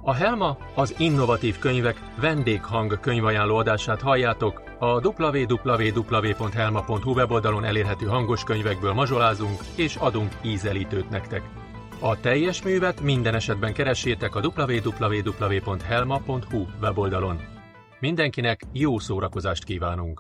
A Helma, az innovatív könyvek vendéghang könyvajánló adását halljátok. A www.helma.hu weboldalon elérhető hangos könyvekből mazsolázunk és adunk ízelítőt nektek. A teljes művet minden esetben keressétek a www.helma.hu weboldalon. Mindenkinek jó szórakozást kívánunk!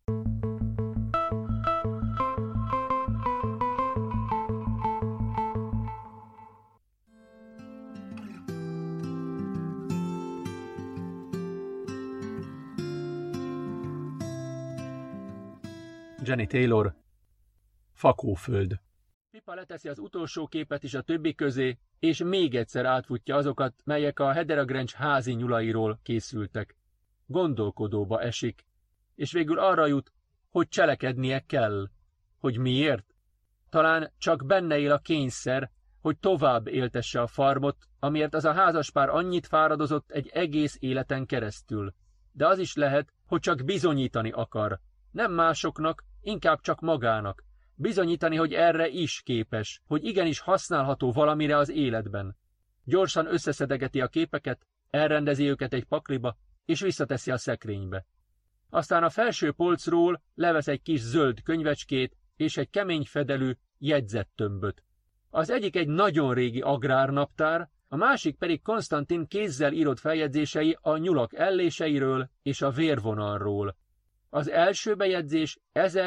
Jenny Taylor, Fakóföld. Pippa leteszi az utolsó képet is a többi közé, és még egyszer átfutja azokat, melyek a Hedera Grange házi nyulairól készültek. Gondolkodóba esik, és végül arra jut, hogy cselekednie kell. Hogy miért? Talán csak benne él a kényszer, hogy tovább éltesse a farmot, amiért az a házaspár annyit fáradozott egy egész életen keresztül. De az is lehet, hogy csak bizonyítani akar. Nem másoknak, inkább csak magának. Bizonyítani, hogy erre is képes, hogy igenis használható valamire az életben. Gyorsan összeszedegeti a képeket, elrendezi őket egy pakliba, és visszateszi a szekrénybe. Aztán a felső polcról levesz egy kis zöld könyvecskét és egy kemény fedelű jegyzettömböt. Az egyik egy nagyon régi agrárnaptár, a másik pedig Konstantin kézzel írott feljegyzései a nyulak elléseiről és a vérvonalról. Az első bejegyzés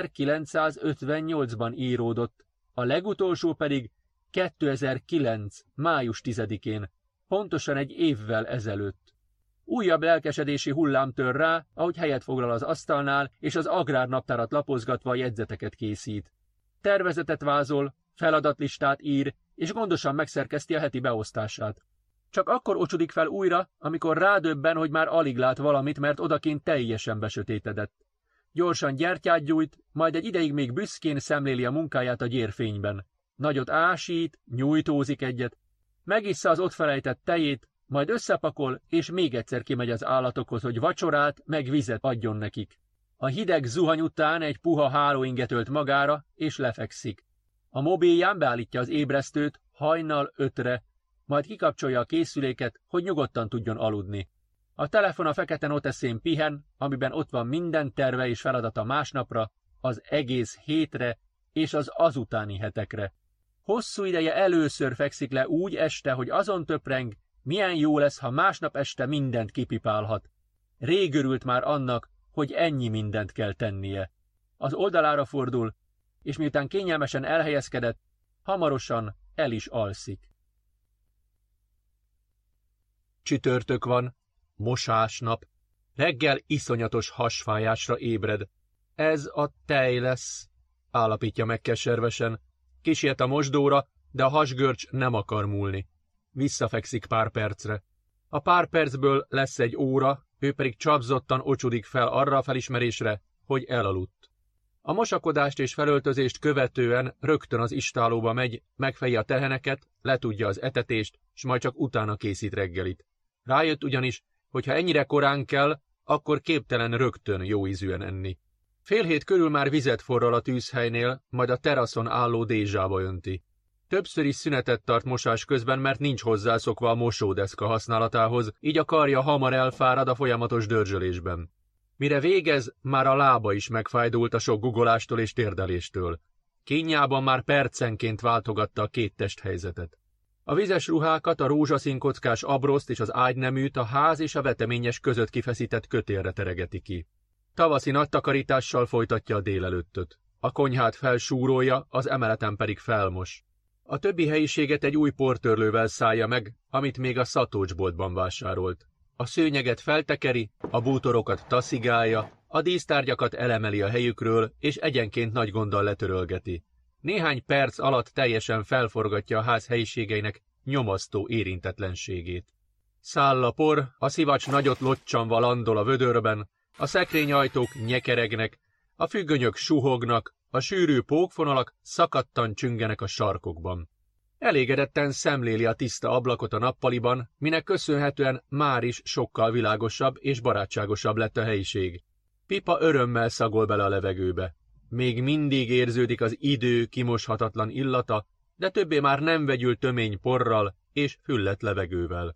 1958-ban íródott, a legutolsó pedig 2009. május 10-én, pontosan egy évvel ezelőtt. Újabb lelkesedési hullám tör rá, ahogy helyet foglal az asztalnál, és az agrárnaptárat lapozgatva jegyzeteket készít. Tervezetet vázol, feladatlistát ír, és gondosan megszerkeszti a heti beosztását. Csak akkor ocsudik fel újra, amikor rádöbben, hogy már alig lát valamit, mert odakint teljesen besötétedett. Gyorsan gyertyát gyújt, majd egy ideig még büszkén szemléli a munkáját a gyérfényben. Nagyot ásít, nyújtózik egyet, megissza az ott felejtett tejét, majd összepakol, és még egyszer kimegy az állatokhoz, hogy vacsorát, meg vizet adjon nekik. A hideg zuhany után egy puha hálóinget ölt magára, és lefekszik. A mobilján beállítja az ébresztőt hajnal 5-re, majd kikapcsolja a készüléket, hogy nyugodtan tudjon aludni. A telefon a fekete noteszén pihen, amiben ott van minden terve és feladata másnapra, az egész hétre és az azutáni hetekre. Hosszú ideje először fekszik le úgy este, hogy azon töpreng, milyen jó lesz, ha másnap este mindent kipipálhat. Rég örült már annak, hogy ennyi mindent kell tennie. Az oldalára fordul, és miután kényelmesen elhelyezkedett, hamarosan el is alszik. Csütörtök van. Mosásnap. Reggel iszonyatos hasfájásra ébred. Ez a tej lesz, állapítja meg keservesen. Kisiet a mosdóra, de a hasgörcs nem akar múlni. Visszafekszik pár percre. A pár percből lesz egy óra, ő pedig csapzottan ocsudik fel arra a felismerésre, hogy elaludt. A mosakodást és felöltözést követően rögtön az istállóba megy, megfeji a teheneket, letudja az etetést, s majd csak utána készít reggelit. Rájött ugyanis, hogyha ennyire korán kell, akkor képtelen rögtön jóízűen enni. 6:30 körül már vizet forral a tűzhelynél, majd a teraszon álló dézsába önti. Többször is szünetet tart mosás közben, mert nincs hozzászokva a mosódeszka használatához, így a karja hamar elfárad a folyamatos dörzsölésben. Mire végez, már a lába is megfájdult a sok guggolástól és térdeléstől. Kínjában már percenként váltogatta a két testhelyzetet. A vizes ruhákat, a rózsaszínkockás abroszt és az ágyneműt a ház és a veteményes között kifeszített kötélre teregeti ki. Tavaszi nagy takarítással folytatja a délelőttöt. A konyhát felsúrolja, az emeleten pedig felmos. A többi helyiséget egy új portörlővel szállja meg, amit még a szatócsboltban vásárolt. A szőnyeget feltekeri, a bútorokat taszigálja, a dísztárgyakat elemeli a helyükről, és egyenként nagy gonddal letörölgeti. Néhány perc alatt teljesen felforgatja a ház helyiségeinek nyomasztó érintetlenségét. Száll a por, a szivacs nagyot locsanva landol a vödörben, a szekrényajtók nyekeregnek, a függönyök suhognak, a sűrű pókfonalak szakadtan csüngenek a sarkokban. Elégedetten szemléli a tiszta ablakot a nappaliban, minek köszönhetően már is sokkal világosabb és barátságosabb lett a helyiség. Pippa örömmel szagol bele a levegőbe. Még mindig érződik az idő kimoshatatlan illata, de többé már nem vegyül tömény porral és füllett levegővel.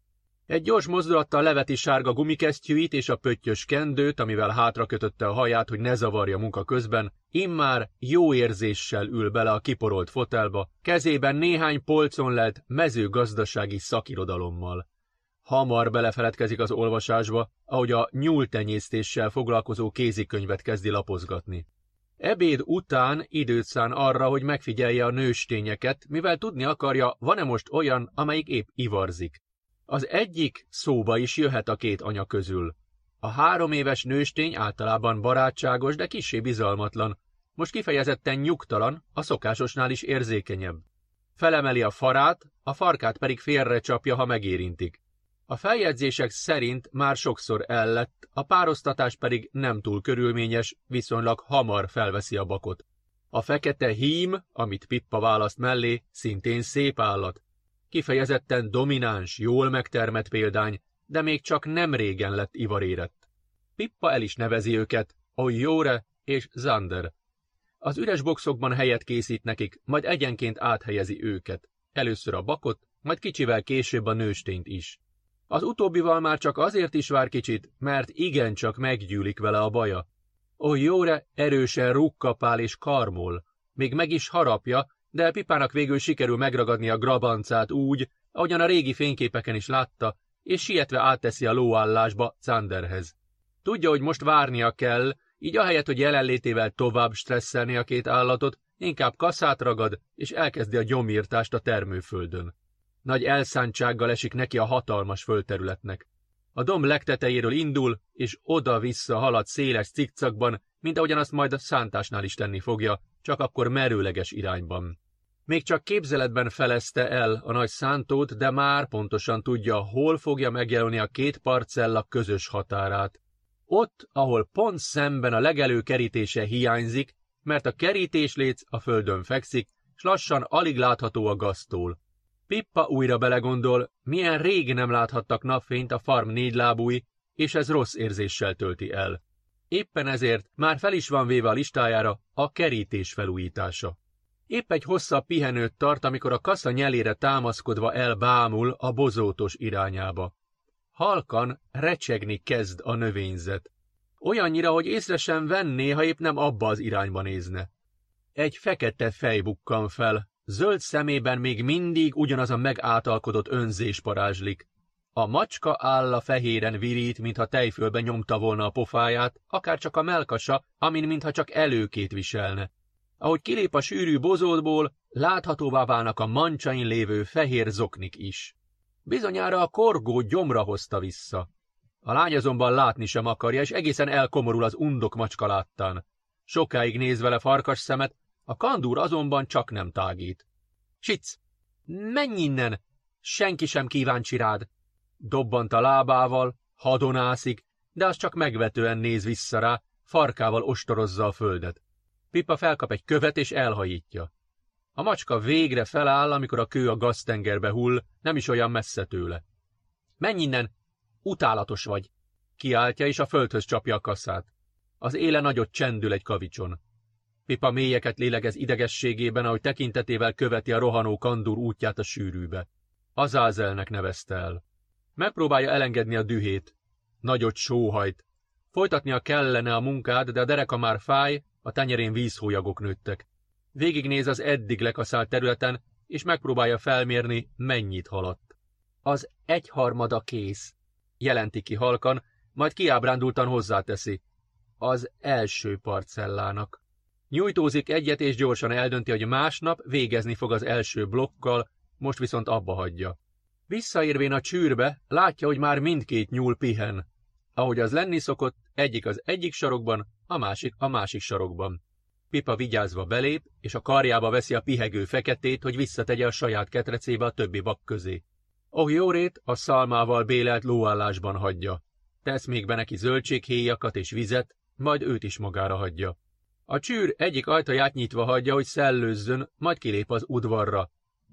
Egy gyors mozdulattal leveti sárga gumikesztyűit és a pöttyös kendőt, amivel hátra kötötte a haját, hogy ne zavarja munka közben, immár jó érzéssel ül bele a kiporolt fotelba, kezében néhány polcon lelt mezőgazdasági szakirodalommal. Hamar belefeledkezik az olvasásba, ahogy a nyúltenyésztéssel foglalkozó kézikönyvet kezdi lapozgatni. Ebéd után időt szán arra, hogy megfigyelje a nőstényeket, mivel tudni akarja, van-e most olyan, amelyik épp ivarzik. Az egyik szóba is jöhet a két anya közül. A 3 éves nőstény általában barátságos, de kissé bizalmatlan. Most kifejezetten nyugtalan, a szokásosnál is érzékenyebb. Felemeli a farát, a farkát pedig félrecsapja, ha megérintik. A feljegyzések szerint már sokszor ellett, a pároztatás pedig nem túl körülményes, viszonylag hamar felveszi a bakot. A fekete hím, amit Pippa választ mellé, szintén szép állat. Kifejezetten domináns, jól megtermett példány, de még csak nem régen lett ivarérett. Pippa el is nevezi őket, Ojóre és Zander. Az üres boxokban helyet készít nekik, majd egyenként áthelyezi őket. Először a bakot, majd kicsivel később a nőstényt is. Az utóbbival már csak azért is vár kicsit, mert igencsak meggyűlik vele a baja. Ojóre erősen rúgkapál és karmol, még meg is harapja, de Pippának végül sikerül megragadni a grabancát úgy, ahogyan a régi fényképeken is látta, és sietve átteszi a lóállásba Zanderhez. Tudja, hogy most várnia kell, így ahelyett, hogy jelenlétével tovább stresszelni a két állatot, inkább kaszát ragad, és elkezdi a gyomírtást a termőföldön. Nagy elszántsággal esik neki a hatalmas földterületnek. A domb legtetejéről indul, és oda-vissza halad széles cikcakban, mint ahogyan azt majd a szántásnál is tenni fogja, csak akkor merőleges irányban. Még csak képzeletben felezte el a nagy szántót, de már pontosan tudja, hol fogja megjelölni a két parcella közös határát. Ott, ahol pont szemben a legelő kerítése hiányzik, mert a kerítésléc a földön fekszik, s lassan alig látható a gaztól. Pippa újra belegondol, milyen rég nem láthattak napfényt a farm négylábúi, és ez rossz érzéssel tölti el. Éppen ezért már fel is van véve a listájára a kerítés felújítása. Épp egy hosszabb pihenőt tart, amikor a kasza nyelére támaszkodva elbámul a bozótos irányába. Halkan recsegni kezd a növényzet. Olyannyira, hogy észre sem venné, ha épp nem abba az irányba nézne. Egy fekete fej bukkan fel, zöld szemében még mindig ugyanaz a megátalkodott önzés parázslik. A macska álla fehéren virít, mintha tejfölbe nyomta volna a pofáját, akár csak a mellkasa, amin mintha csak előkét viselne. Ahogy kilép a sűrű bozótból, láthatóvá válnak a mancsain lévő fehér zoknik is. Bizonyára a korgó gyomra hozta vissza. A lány azonban látni sem akarja, és egészen elkomorul az undok macska láttán. Sokáig néz vele farkas szemet, a kandúr azonban csak nem tágít. Sic! Menj innen! Senki sem kíváncsi rád! Dobbant a lábával, hadonászik, de az csak megvetően néz vissza rá, farkával ostorozza a földet. Pippa felkap egy követ és elhajítja. A macska végre feláll, amikor a kő a gaztengerbe hull, nem is olyan messze tőle. Menj innen! Utálatos vagy! Kiáltja, és a földhöz csapja a kaszát. Az éle nagyot csendül egy kavicson. Pippa mélyeket lélegez idegességében, ahogy tekintetével követi a rohanó kandúr útját a sűrűbe. Azázelnek nevezte el. Megpróbálja elengedni a dühét. Nagyot sóhajt. Folytatnia kellene a munkát, de a dereka már fáj, a tenyerén vízhólyagok nőttek. Végignéz az eddig lekaszált területen, és megpróbálja felmérni, mennyit haladt. Az 1/3 kész, jelenti ki halkan, majd kiábrándultan hozzáteszi. Az első parcellának. Nyújtózik egyet, és gyorsan eldönti, hogy másnap végezni fog az első blokkal, most viszont abba hagyja. Visszaérvén a csűrbe, látja, hogy már mindkét nyúl pihen. Ahogy az lenni szokott, egyik az egyik sarokban, a másik sarokban. Pippa vigyázva belép, és a karjába veszi a pihegő feketét, hogy visszategye a saját ketrecébe a többi bak közé. Ohiórét a szalmával bélelt lóállásban hagyja. Tesz még be neki zöldséghéjakat és vizet, majd őt is magára hagyja. A csűr egyik ajtaját nyitva hagyja, hogy szellőzzön, majd kilép az udvarra.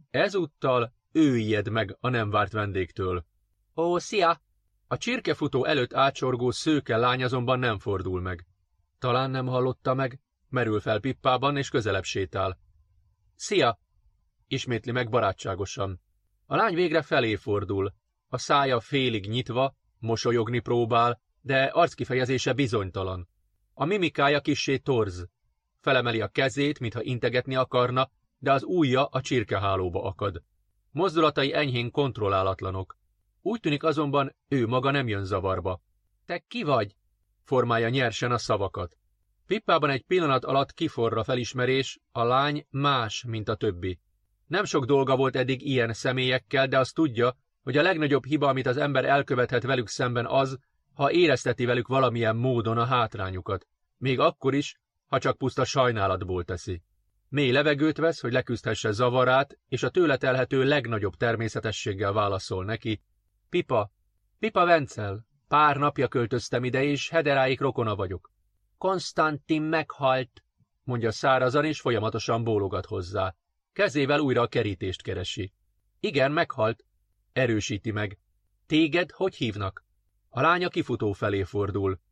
Ezúttal ő ijed meg a nem várt vendégtől. Ó, szia! A csirkefutó előtt átsorgó szőke lány azonban nem fordul meg. Talán nem hallotta meg, merül fel Pippában, és közelebb sétál. Szia! Ismétli meg barátságosan. A lány végre felé fordul. A szája félig nyitva, mosolyogni próbál, de arckifejezése bizonytalan. A mimikája kissé torz. Felemeli a kezét, mintha integetni akarna, de az ujja a csirkehálóba akad. Mozdulatai enyhén kontrollálatlanok. Úgy tűnik azonban, ő maga nem jön zavarba. Te ki vagy? Formálja nyersen a szavakat. Pippában egy pillanat alatt kiforr a felismerés, a lány más, mint a többi. Nem sok dolga volt eddig ilyen személyekkel, de azt tudja, hogy a legnagyobb hiba, amit az ember elkövethet velük szemben az, ha érezteti velük valamilyen módon a hátrányukat. Még akkor is, ha csak puszta sajnálatból teszi. Mély levegőt vesz, hogy leküzdhesse zavarát, és a tőle telhető legnagyobb természetességgel válaszol neki. Pipa Vencel, pár napja költöztem ide, és Hederáik rokona vagyok. Konstantin meghalt, mondja szárazan, és folyamatosan bólogat hozzá. Kezével újra a kerítést keresi. Igen, meghalt, erősíti meg. Téged hogy hívnak? A lánya kifutó felé fordul.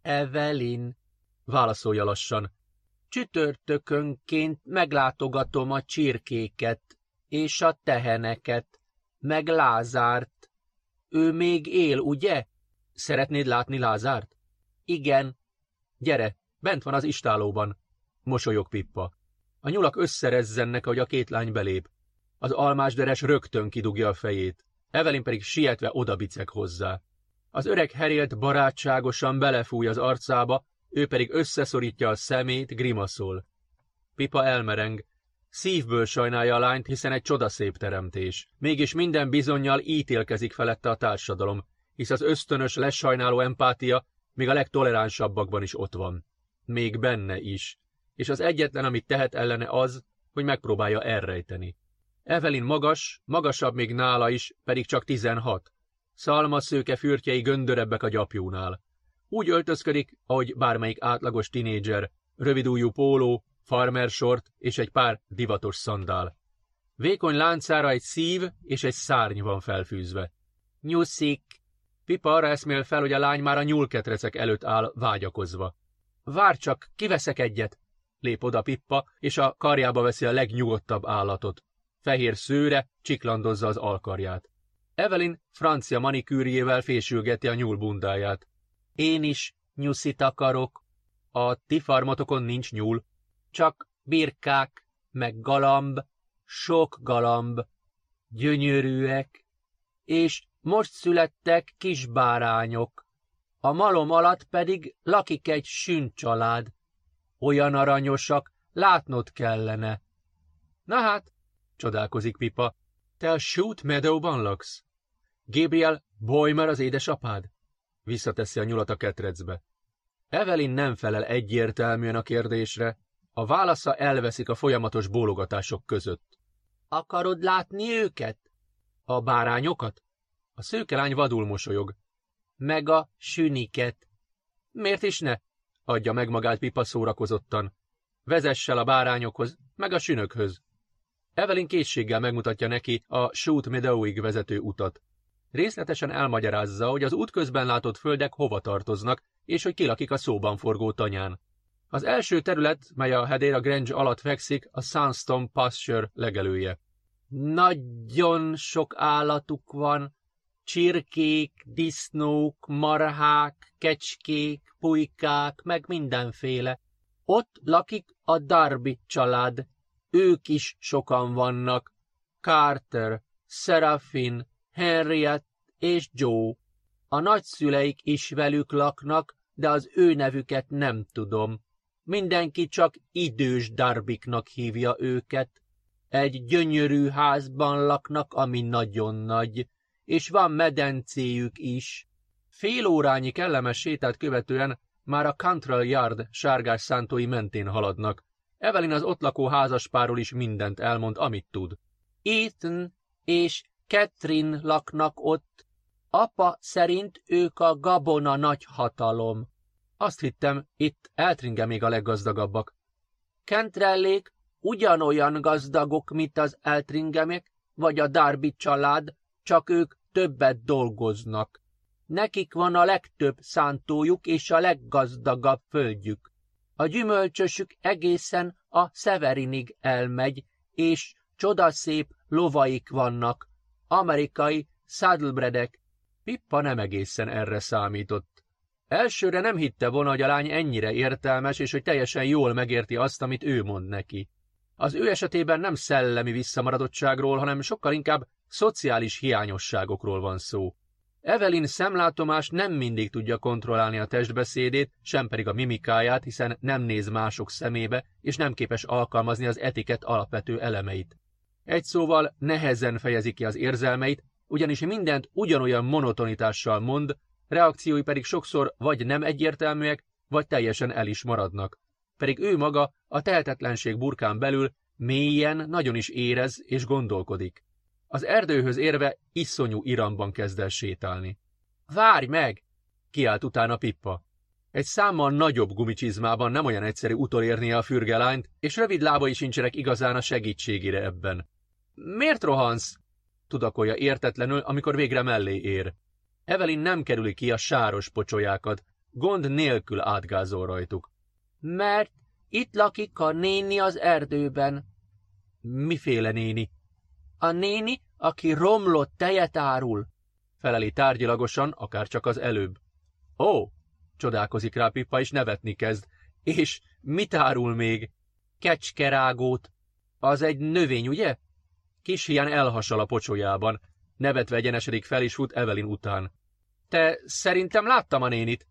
Evelyn, válaszolja lassan. Csütörtökönként meglátogatom a csirkéket és a teheneket, meg Lázárt. Ő még él, ugye? Szeretnéd látni Lázárt? Igen. Gyere, bent van az istálóban, mosolyog Pippa. A nyulak összerezzennek, ahogy a két lány belép. Az almásderes rögtön kidugja a fejét, Evelyn pedig sietve odabiceg hozzá. Az öreg herélt barátságosan belefúj az arcába, ő pedig összeszorítja a szemét, grimaszol. Pippa elmereng. Szívből sajnálja a lányt, hiszen egy csodaszép teremtés. Mégis minden bizonnyal ítélkezik felette a társadalom, hisz az ösztönös, lesajnáló empátia még a legtoleránsabbakban is ott van. Még benne is. És az egyetlen, amit tehet ellene az, hogy megpróbálja elrejteni. Evelyn magas, magasabb még nála is, pedig csak 16. Szalmaszőke fürtjei göndörebbek a gyapjúnál. Úgy öltözködik, ahogy bármelyik átlagos tinédzser, rövidujjú póló, farmersort és egy pár divatos szandál. Vékony láncára egy szív és egy szárny van felfűzve. Nyuszik! Pippa arra eszmél fel, hogy a lány már a nyúlketrecek előtt áll vágyakozva. Várj csak, kiveszek egyet! Lép oda Pippa, és a karjába veszi a legnyugodtabb állatot. Fehér szőre csiklandozza az alkarját. Evelyn francia manikűrjével fésülgeti a nyúl bundáját. Én is nyuszit akarok. A ti farmatokon nincs nyúl, csak birkák, meg galamb, sok galamb, gyönyörűek, és most születtek kisbárányok. A malom alatt pedig lakik egy sünncsalád. Olyan aranyosak, látnod kellene. Na hát, csodálkozik Pippa, te a Shoot Meadowban laksz? Gabriel Boymer az édesapád? Visszateszi a nyulat a ketrecbe. Evelyn nem felel egyértelműen a kérdésre, a válasza elveszik a folyamatos bólogatások között. Akarod látni őket? A bárányokat? A szőkelány vadul mosolyog. Meg a süniket. Miért is ne? Adja meg magát Pippa szórakozottan. Vezess el a bárányokhoz, meg a sünökhöz. Evelyn készséggel megmutatja neki a Shoot Meadowig vezető utat. Részletesen elmagyarázza, hogy az útközben látott földek hova tartoznak, és hogy ki lakik a szóban forgó tanyán. Az első terület, mely a Hedera Grange alatt fekszik, a Sunstone Pasture legelője. Nagyon sok állatuk van, csirkék, disznók, marhák, kecskék, pulykák, meg mindenféle. Ott lakik a Darby család, ők is sokan vannak. Carter, Serafin, Henriette és Joe. A nagyszüleik is velük laknak, de az ő nevüket nem tudom. Mindenki csak idős Darbyknak hívja őket. Egy gyönyörű házban laknak, ami nagyon nagy, és van medencéjük is. Fél órányi kellemes sétát követően már a Cantrell Yard sárgás szántói mentén haladnak. Evelyn az ott lakó házaspárról is mindent elmond, amit tud. Ethan és Catherine laknak ott. Apa szerint ők a gabona nagyhatalom. Azt hittem, itt Eltringe még a leggazdagabbak. Cantrellék ugyanolyan gazdagok, mint az Eltringemek, vagy a Darby család, csak ők többet dolgoznak. Nekik van a legtöbb szántójuk és a leggazdagabb földjük. A gyümölcsösük egészen a Severinig elmegy, és csodaszép lovaik vannak, amerikai Saddlebredek. Pippa nem egészen erre számított. Elsőre nem hitte volna, hogy a lány ennyire értelmes, és hogy teljesen jól megérti azt, amit ő mond neki. Az ő esetében nem szellemi visszamaradottságról, hanem sokkal inkább szociális hiányosságokról van szó. Evelyn szemlátomás nem mindig tudja kontrollálni a testbeszédét, sem pedig a mimikáját, hiszen nem néz mások szemébe, és nem képes alkalmazni az etikett alapvető elemeit. Egy szóval nehezen fejezi ki az érzelmeit, ugyanis mindent ugyanolyan monotonitással mond, reakciói pedig sokszor vagy nem egyértelműek, vagy teljesen el is maradnak. Pedig ő maga a tehetetlenség burkán belül mélyen nagyon is érez és gondolkodik. Az erdőhöz érve iszonyú iramban kezd el sétálni. Várj meg! Kiált utána Pippa. Egy számmal nagyobb gumicsizmában nem olyan egyszerű utolérnie a fürgelányt, és rövid lábai sincsenek igazán a segítségére ebben. Miért rohansz? Tudakolja értetlenül, amikor végre mellé ér. Evelyn nem kerüli ki a sáros pocsolyákat, gond nélkül átgázol rajtuk. Mert itt lakik a néni az erdőben. Miféle néni? A néni, aki romlott tejet árul. Feleli tárgyilagosan, akárcsak az előbb. Ó, csodálkozik rá Pippa, és nevetni kezd. És mit árul még? Kecskerágót. Az egy növény, ugye? Kis hián elhasal a pocsolyában. Nevetve egyenesedik fel és fut Evelyn után. Te szerintem láttam a nénit.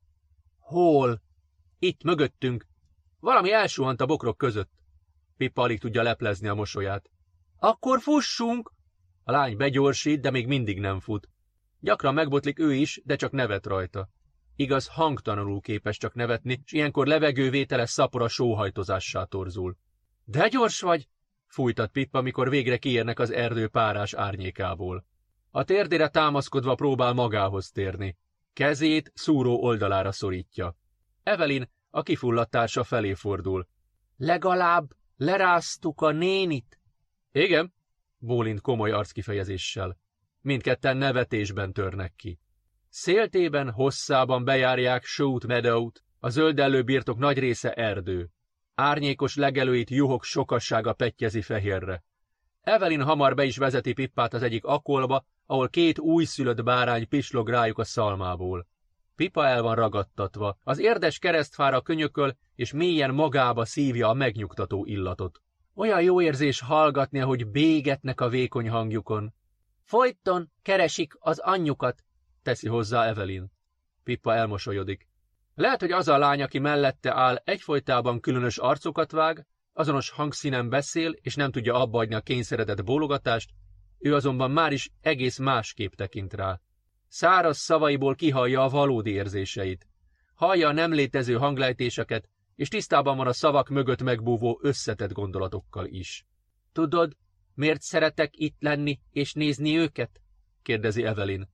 Hol? Itt mögöttünk. Valami elsuhant a bokrok között. Pippa alig tudja leplezni a mosolyát. Akkor fussunk! A lány begyorsít, de még mindig nem fut. Gyakran megbotlik ő is, de csak nevet rajta. Igaz, hangtalanul képes csak nevetni, és ilyenkor levegővétele szapora sóhajtozássá torzul. De gyors vagy! Fújtat Pippa, mikor végre kiérnek az erdő párás árnyékából. A térdére támaszkodva próbál magához térni. Kezét szúró oldalára szorítja. Evelyn a kifulladt társa felé fordul. Legalább leráztuk a nénit. Igen, bólint komoly arckifejezéssel. Mindketten nevetésben törnek ki. Széltében, hosszában bejárják Shoot Meadow-t, a zöldellő birtok nagy része erdő. Árnyékos legelőit juhok sokassága pettyezi fehérre. Evelyn hamar be is vezeti Pippát az egyik akolba, ahol 2 újszülött bárány pislog rájuk a szalmából. Pippa el van ragadtatva, az érdes keresztfára könyököl, és mélyen magába szívja a megnyugtató illatot. Olyan jó érzés hallgatni, ahogy bégetnek a vékony hangjukon. Folyton keresik az anyjukat, teszi hozzá Evelyn. Pippa elmosolyodik. Lehet, hogy az a lány, aki mellette áll, egyfolytában különös arcokat vág, azonos hangszínen beszél, és nem tudja abbahagyni a kényszeredett bólogatást, ő azonban már is egész másképp tekint rá. Száraz szavaiból kihallja a valódi érzéseit. Hallja a nem létező hanglejtéseket, és tisztában van a szavak mögött megbúvó összetett gondolatokkal is. Tudod, miért szeretek itt lenni és nézni őket? Kérdezi Evelyn.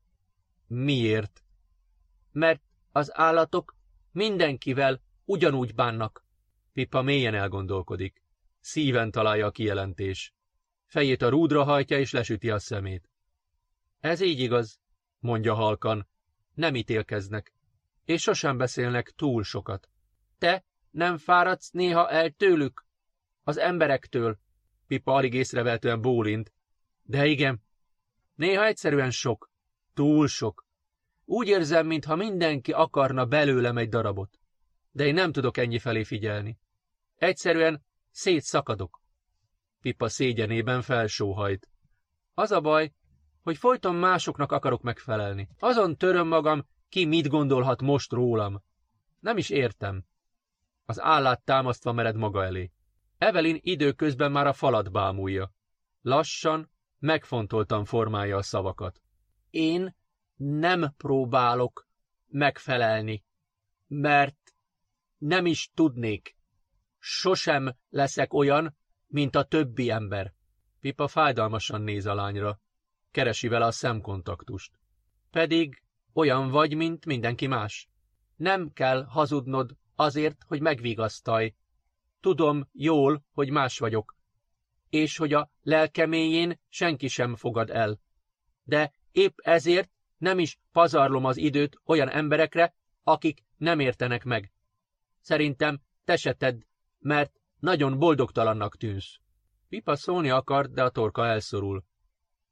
Miért? Mert az állatok mindenkivel ugyanúgy bánnak. Pippa mélyen elgondolkodik. Szíven találja a kijelentés. Fejét a rúdra hajtja és lesüti a szemét. Ez így igaz, mondja halkan. Nem ítélkeznek, és sosem beszélnek túl sokat. Te nem fáradsz néha el tőlük? Az emberektől? Pippa alig észrevehetően bólint. De igen, néha egyszerűen sok. Túl sok. Úgy érzem, mintha mindenki akarna belőlem egy darabot. De én nem tudok ennyi felé figyelni. Egyszerűen szétszakadok. Pippa szégyenében felsóhajt. Az a baj, hogy folyton másoknak akarok megfelelni. Azon töröm magam, ki mit gondolhat most rólam. Nem is értem. Az állát támasztva mered maga elé. Evelyn időközben már a falat bámulja. Lassan, megfontoltan formálja a szavakat. Én nem próbálok megfelelni, mert nem is tudnék. Sosem leszek olyan, mint a többi ember. Pippa fájdalmasan néz a lányra. Keresi vele a szemkontaktust. Pedig olyan vagy, mint mindenki más. Nem kell hazudnod azért, hogy megvigasztalj. Tudom jól, hogy más vagyok, és hogy a lelkeméjén senki sem fogad el. De épp ezért nem is pazarlom az időt olyan emberekre, akik nem értenek meg. Szerintem te se tedd, mert nagyon boldogtalannak tűnsz. Pippa szólni akar, de a torka elszorul.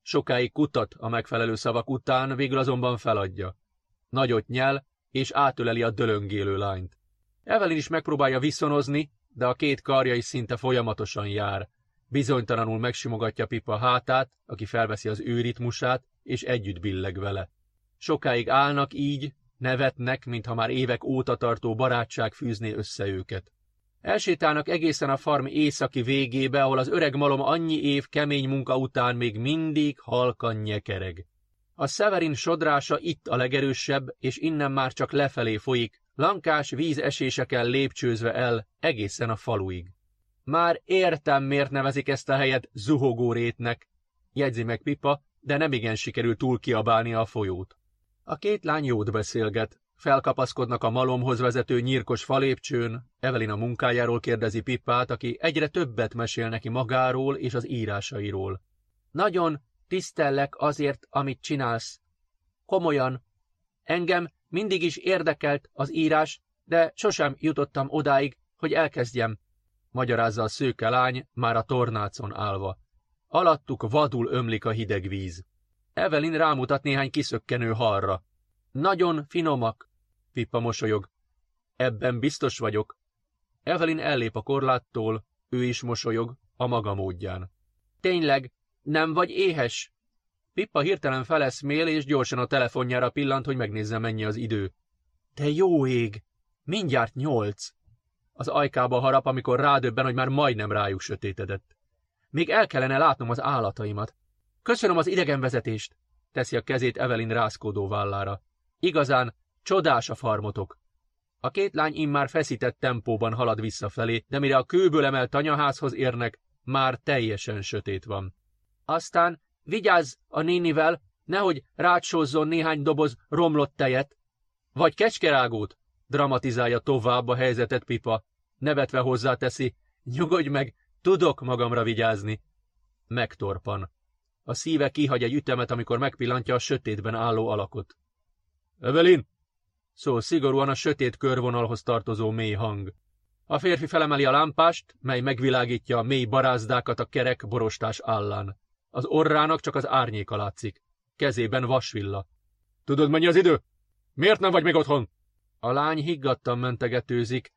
Sokáig kutat a megfelelő szavak után, végül azonban feladja. Nagyot nyel, és átöleli a dölöngélő lányt. Evelyn is megpróbálja viszonozni, de a két karja is szinte folyamatosan jár. Bizonytalanul megsimogatja Pippa hátát, aki felveszi az ő ritmusát, és együtt billeg vele. Sokáig állnak így, nevetnek, mintha már évek óta tartó barátság fűzné össze őket. Elsétálnak egészen a farm északi végébe, ahol az öreg malom annyi év kemény munka után még mindig halkan nyekereg. A Severin sodrása itt a legerősebb, és innen már csak lefelé folyik, lankás vízeséseken lépcsőzve el egészen a faluig. Már értem, miért nevezik ezt a helyet zuhogó rétnek, jegyzi meg Pippa, de nemigen sikerül túl kiabálni a folyót. A két lány jót beszélget, felkapaszkodnak a malomhoz vezető nyírkos falépcsőn, Evelyn a munkájáról kérdezi Pippát, aki egyre többet mesél neki magáról és az írásairól. Nagyon tisztellek azért, amit csinálsz. Komolyan. Engem mindig is érdekelt az írás, de sosem jutottam odáig, hogy elkezdjem, magyarázza a szőke lány, már a tornácon állva. Alattuk vadul ömlik a hideg víz. Evelyn rámutat néhány kiszökkenő halra. Nagyon finomak, Pippa mosolyog. Ebben biztos vagyok. Evelyn ellép a korláttól, ő is mosolyog, a maga módján. Tényleg, nem vagy éhes? Pippa hirtelen feleszmél, és gyorsan a telefonjára pillant, hogy megnézze, mennyi az idő. De jó ég! Mindjárt 8! Az ajkába harap, amikor rádöbben, hogy már majdnem rájuk sötétedett. Még el kellene látnom az állataimat. Köszönöm az idegenvezetést, teszi a kezét Evelyn rázkódó vállára. Igazán csodás a farmotok. A két lány immár feszített tempóban halad visszafelé, de mire a kőből emelt tanyaházhoz érnek, már teljesen sötét van. Aztán vigyázz a nénivel, nehogy rácsózzon néhány doboz romlott tejet. Vagy kecskerágót, dramatizálja tovább a helyzetet Pippa. Nevetve hozzáteszi, nyugodj meg, tudok magamra vigyázni. Megtorpan. A szíve kihagy egy ütemet, amikor megpillantja a sötétben álló alakot. Evelyn! Szól szigorúan a sötét körvonalhoz tartozó mély hang. A férfi felemeli a lámpást, mely megvilágítja a mély barázdákat a kerek borostás állán. Az orrának csak az árnyéka látszik. Kezében vasvilla. Tudod, mennyi az idő? Miért nem vagy még otthon? A lány higgadtan mentegetőzik.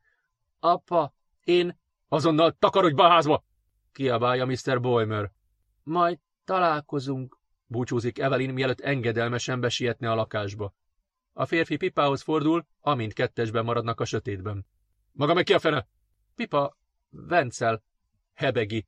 Apa, én... Azonnal takarodj be a házba! Kiabálja Mr. Boymer. Majd találkozunk, búcsúzik Evelyn, mielőtt engedelmesen besietne a lakásba. A férfi Pippához fordul, amint kettesben maradnak a sötétben. Maga meg ki a fene? Pippa, Vencel, hebegi.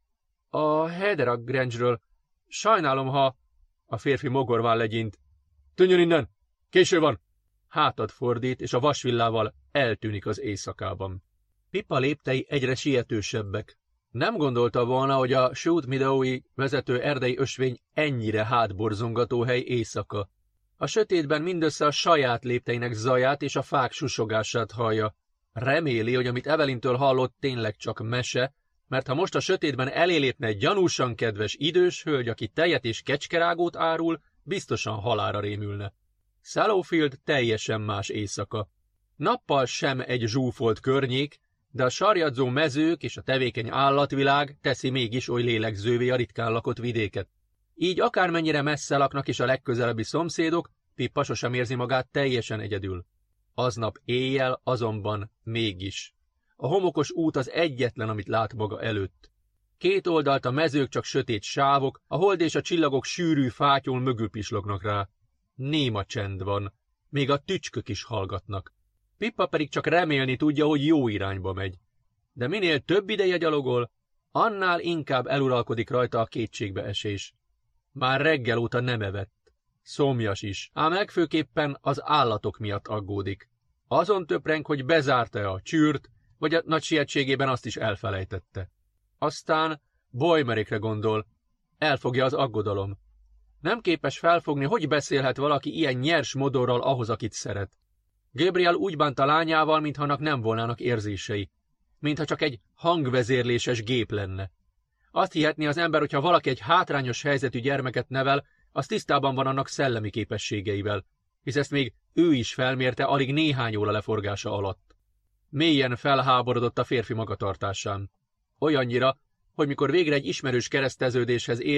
A Hedera Grange-ről. Sajnálom, ha... A férfi mogorván legyint. Tűnjön innen! Késő van! Hátat fordít, és a vasvillával eltűnik az éjszakában. Pippa léptei egyre sietősebbek. Nem gondolta volna, hogy a Shoot Meadow-i vezető erdei ösvény ennyire hátborzongató hely éjszaka. A sötétben mindössze a saját lépteinek zaját és a fák susogását hallja. Reméli, hogy amit Evelyntől hallott tényleg csak mese, mert ha most a sötétben elélépne egy gyanúsan kedves idős hölgy, aki tejet és kecskerágót árul, biztosan halálra rémülne. Sellowfield teljesen más éjszaka. Nappal sem egy zsúfolt környék, de a sarjadzó mezők és a tevékeny állatvilág teszi mégis oly lélegzővé a ritkán lakott vidéket. Így akármennyire messze laknak is a legközelebbi szomszédok, Pippa sosem érzi magát teljesen egyedül. Aznap éjjel azonban mégis. A homokos út az egyetlen, amit lát maga előtt. Két oldalt a mezők csak sötét sávok, a hold és a csillagok sűrű fátyol mögül pislognak rá. Néma csend van, még a tücskök is hallgatnak. Pippa pedig csak remélni tudja, hogy jó irányba megy. De minél több ideje gyalogol, annál inkább eluralkodik rajta a kétségbeesés. Már reggel óta nem evett. Szomjas is, ám legfőképpen az állatok miatt aggódik. Azon töpreng, hogy bezárta-e a csűrt, vagy a nagy sietségében azt is elfelejtette. Aztán Boymerékre gondol. Elfogja az aggodalom. Nem képes felfogni, hogy beszélhet valaki ilyen nyers modorral ahhoz, akit szeret. Gabriel úgy bánt a lányával, mintha annak nem volnának érzései. Mintha csak egy hangvezérléses gép lenne. Azt hihetné az ember, hogyha valaki egy hátrányos helyzetű gyermeket nevel, az tisztában van annak szellemi képességeivel, hisz ezt még ő is felmérte alig néhány óra leforgása alatt. Mélyen felháborodott a férfi magatartásán. Olyannyira, hogy mikor végre egy ismerős kereszteződéshez ér,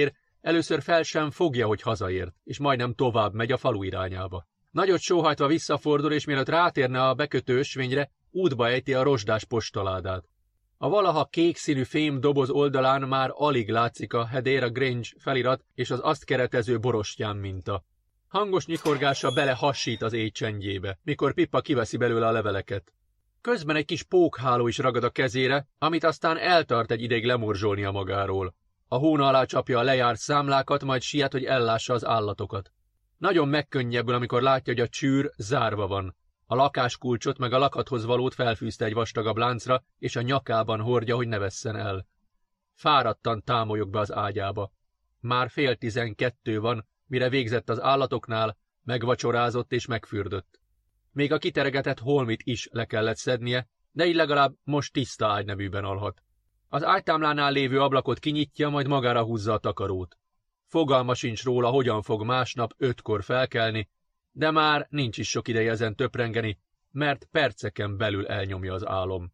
Először fel sem fogja, hogy hazaért, és majdnem tovább megy a falu irányába. Nagyot sóhajtva visszafordul, és mielőtt rátérne a bekötő ösvényre, útba ejti a rozsdás postaládát. A valaha kék színű fém doboz oldalán már alig látszik a Hedera Grange felirat és az azt keretező borostyán minta. Hangos nyikorgása belehassít az éj csendjébe, mikor Pippa kiveszi belőle a leveleket. Közben egy kis pókháló is ragad a kezére, amit aztán eltart egy ideig lemorzsolnia magáról. A hóna alá csapja a lejárt számlákat, majd siet, hogy ellássa az állatokat. Nagyon megkönnyebbül, amikor látja, hogy a csűr zárva van. A lakáskulcsot meg a lakathoz valót felfűzte egy vastagabb láncra, és a nyakában hordja, hogy ne vesszen el. Fáradtan támolyog be az ágyába. Már 11:30 van, mire végzett az állatoknál, megvacsorázott és megfürdött. Még a kiteregetett holmit is le kellett szednie, de így legalább most tiszta ágyneműben alhat. Az ágytámlánál lévő ablakot kinyitja, majd magára húzza a takarót. Fogalma sincs róla, hogyan fog másnap 5-kor felkelni, de már nincs is sok ideje ezen töprengeni, mert perceken belül elnyomja az álom.